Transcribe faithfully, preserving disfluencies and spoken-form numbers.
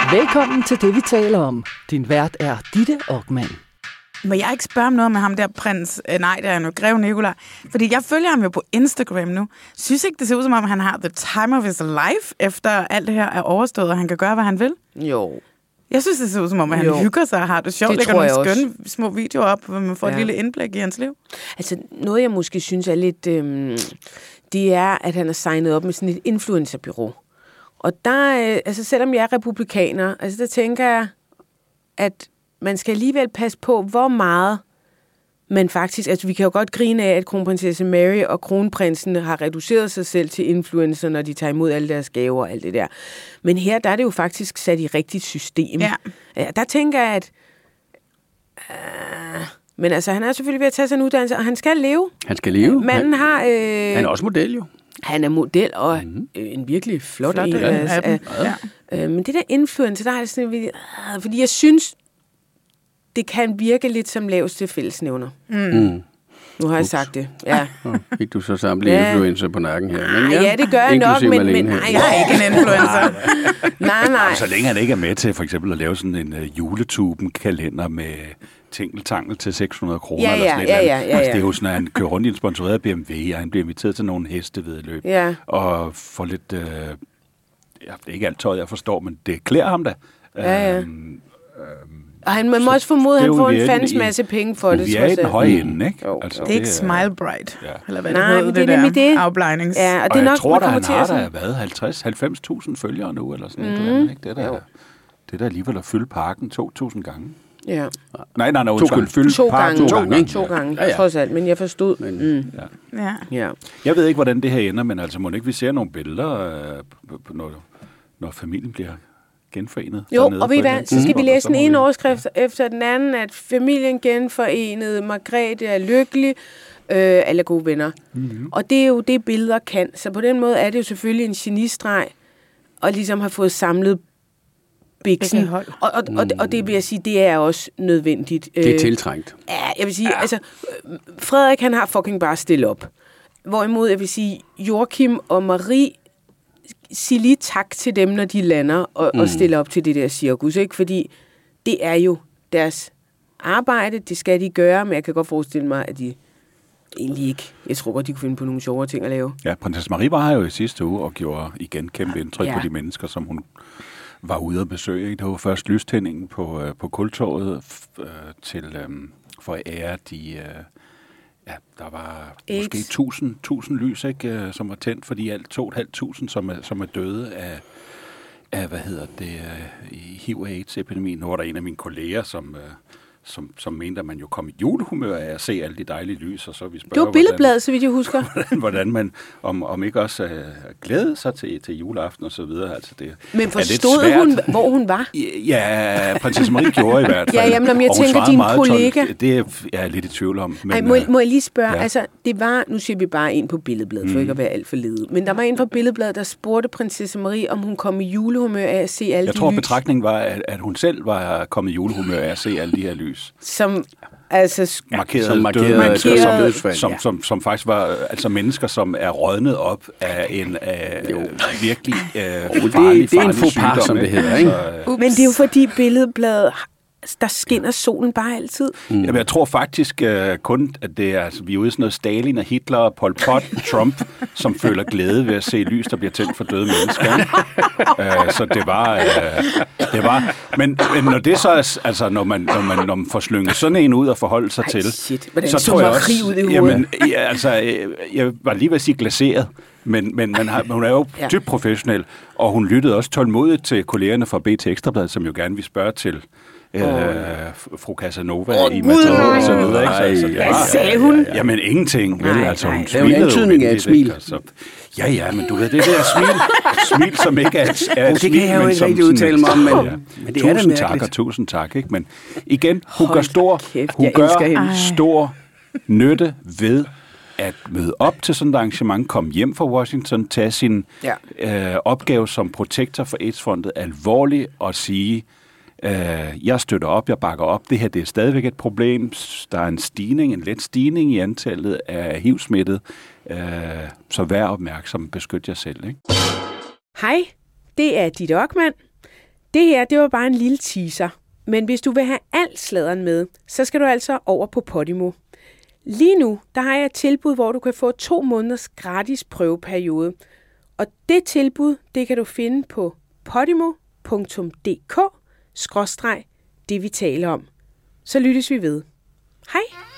Velkommen til det, vi taler om. Din vært er Ditte Okman. Må jeg ikke spørge om noget med ham der prins? Øh, nej, det er nu Grev Nikolaj. Fordi jeg følger ham jo på Instagram nu. Synes ikke, det ser ud som om, han har the time of his life, efter alt det her er overstået, og han kan gøre, hvad han vil? Jo. Jeg synes, det ser ud som om, at han jo. hygger sig og har det sjovt. Det lægger nogle skønne også. Små videoer op, hvor man får ja. et lille indblik i hans liv. Altså, noget jeg måske synes er lidt... Øhm, det er, at han er signet op med sådan et influencerbureau. Og der, øh, altså selvom jeg er republikaner, altså der tænker jeg, at man skal alligevel passe på, hvor meget man faktisk... Altså, vi kan jo godt grine af, at kronprinsesse Mary og kronprinsen har reduceret sig selv til influencer, når de tager imod alle deres gaver og alt det der. Men her, der er det jo faktisk sat i rigtigt system. Ja. Ja, der tænker jeg, at... Øh, men altså, han er selvfølgelig ved at tage sig en uddannelse, og han skal leve. Han skal leve. Manden han, har... Øh, han er også model, jo. Han er model, og mm-hmm. øh, en virkelig flot, flot en. Ja, altså, ja. Øh, øh, men det der influencer, der er det sådan... Øh, fordi jeg synes... Det kan virke lidt som laveste fællesnævner. Mm. Mm. Nu har jeg sagt det. Ja. Fik du så samlet ja. influencer på nakken her? Men ja, ja, det gør jeg nok, men, men nej, jeg er ikke en influencer. nej, nej. Så længe han ikke er med til for eksempel at lave sådan en uh, juletuben-kalender med tingeltangel til seks hundrede kroner ja, ja, eller sådan et ja, eller ja, andet. ja, ja. Altså, det er jo sådan, at han kører rundt i en sponsoreret B M W, og han bliver inviteret til nogle hestevedløb. Ja. Og får lidt... Uh, ja, det er ikke alt tøjet, jeg forstår, men det klæder ham da. Ja, ja. Um, um, Og han må også formode, at han får en fandens masse penge for det. Vi er i den høje ende, ikke? Jo, altså, det er ikke Smile Bright, ja. eller hvad Nej, det hedder, det, det det der det. afblejnings. Ja, og, og det er jeg nok, tror, at han har sådan. da været halvtreds til halvfems tusind følgere nu, eller sådan mm. noget, ikke? Det er da, det er da alligevel at fylde parken to tusind gange. Ja. Nej, nej, nej, undskyld. Fylde to parken gange, to gange. To gange, ja, ja. Trods alt, men jeg forstod. Men, mm. ja. Ja. Ja. Jeg ved ikke, hvordan det her ender, men altså, må ikke vi ser nogle billeder, øh, når, når familien bliver genforenet. Jo, og ved I hvad, så skal mm. vi læse den ene overskrift efter den anden, at familien genforenet, Margrethe er lykkelig, øh, alle gode venner. Mm-hmm. Og det er jo det, billeder kan. Så på den måde er det jo selvfølgelig en genistreg, og ligesom har fået samlet biksen. Og, og, og, og det vil jeg sige, det er også nødvendigt. Det er tiltrængt. Ja, jeg vil sige, ja. altså, Frederik han har fucking bare stillet op. Hvorimod jeg vil sige, Joachim og Marie, sig lige tak til dem, når de lander og, mm. og stiller op til det der cirkus, ikke? Fordi det er jo deres arbejde, det skal de gøre, men jeg kan godt forestille mig, at de egentlig ikke, jeg tror godt, de kunne finde på nogle sjovere ting at lave. Ja, prinsesse Marie var her jo i sidste uge og gjorde igen kæmpe indtryk ja. på de mennesker, som hun var ude at besøge. Det var først lystændingen på, øh, på Kultorvet øh, til øh, for at ære de... Øh, Ja, der var AIDS. Måske tusind, tusind lys, ikke, som var tændt, fordi alt to og et halvt tusind, som er, som er døde af, af, hvad hedder det, i H I V-AIDS-epidemien. Nu var der en af mine kolleger, som, som, som mente, at man jo kom i julehumør af at se alle de dejlige lys, og så vi spørger, det var Billedbladet, så vidt jeg husker. Hvordan, hvordan man, om, om ikke også uh, glæde sig til, til juleaften og så videre. Altså, det Men forstod hun, hvor hun var? Ja, prinsesse Marie gjorde i hvert fald. ja, jamen, jeg tænker, din kollega... Tolv, det er jeg lidt i tvivl om. Men, Ej, må, må jeg lige spørge, ja. altså, det var, nu siger vi bare en på Billedbladet, for mm. ikke at være alt for ledet, men der var en fra Billedbladet, der spurgte prinsesse Marie, om hun kom i julehumør af at se alle jeg de lys. Jeg tror, betragtningen var, at, at hun selv var kommet i julehumør af at se alle de her lys. Som altså markerede, som markerede døde mennesker, som, dødsfald, som, ja. som, som faktisk var altså mennesker, som er rådnet op af en af virkelig øh, farlig, farlig det er en faux pas, som det hedder, ikke? Så, uh, Men det er jo fordi Billedbladet, der skinner solen bare altid. Mm. Jamen, jeg tror faktisk uh, kun, at det er, altså, vi er ude i sådan noget Stalin og Hitler, Pol Pot, Trump, som føler glæde ved at se lys, der bliver tændt for døde mennesker. uh, så det var, uh, det var, men, men når det så er, altså når man, når man, når man får slynget sådan en ud og forholde sig Ej, til, shit. så tror jeg også, ud i jamen, ja, altså, jeg var lige ved at sige glaseret, men, men man har, hun er jo ja. dybt professionel, og hun lyttede også tålmodigt til kollegerne fra B T Ekstrabladet, som jo gerne vil spørge til Øh, fru Casanova oh, i Matador og så videre, ikke? Ej, så, så hvad sagde hun? Ja, jamen ingenting, vel? Nej, altså, hun det er jo en antydning af et smil. Så, ja, ja, men du ved, det der smil, smil som ikke er, er et smil, det kan jeg jo ikke rigtig udtale mig om, men, ja. men det er tusind da tak og tusind tak, ikke? Men igen, hun gør stor, kæft, hun gør stor nytte ved at møde op til sådan et arrangement, komme hjem fra Washington, tage sin ja. øh, opgave som protektor for AIDS-frontet alvorligt og sige, øh, jeg støtter op, jeg bakker op, det her det er stadigvæk et problem, der er en stigning, en let stigning i antallet af H I V-smittede, øh, så vær opmærksom, beskyt jer selv. Ikke? Hej, det er Ditte Okman. Det her, det var bare en lille teaser. Men hvis du vil have alt sladeren med, så skal du altså over på Podimo. Lige nu, der har jeg et tilbud, hvor du kan få to måneders gratis prøveperiode. Og det tilbud, det kan du finde på podimo punktum d k skråstreg det vi taler om. Så lyttes vi ved. Hej!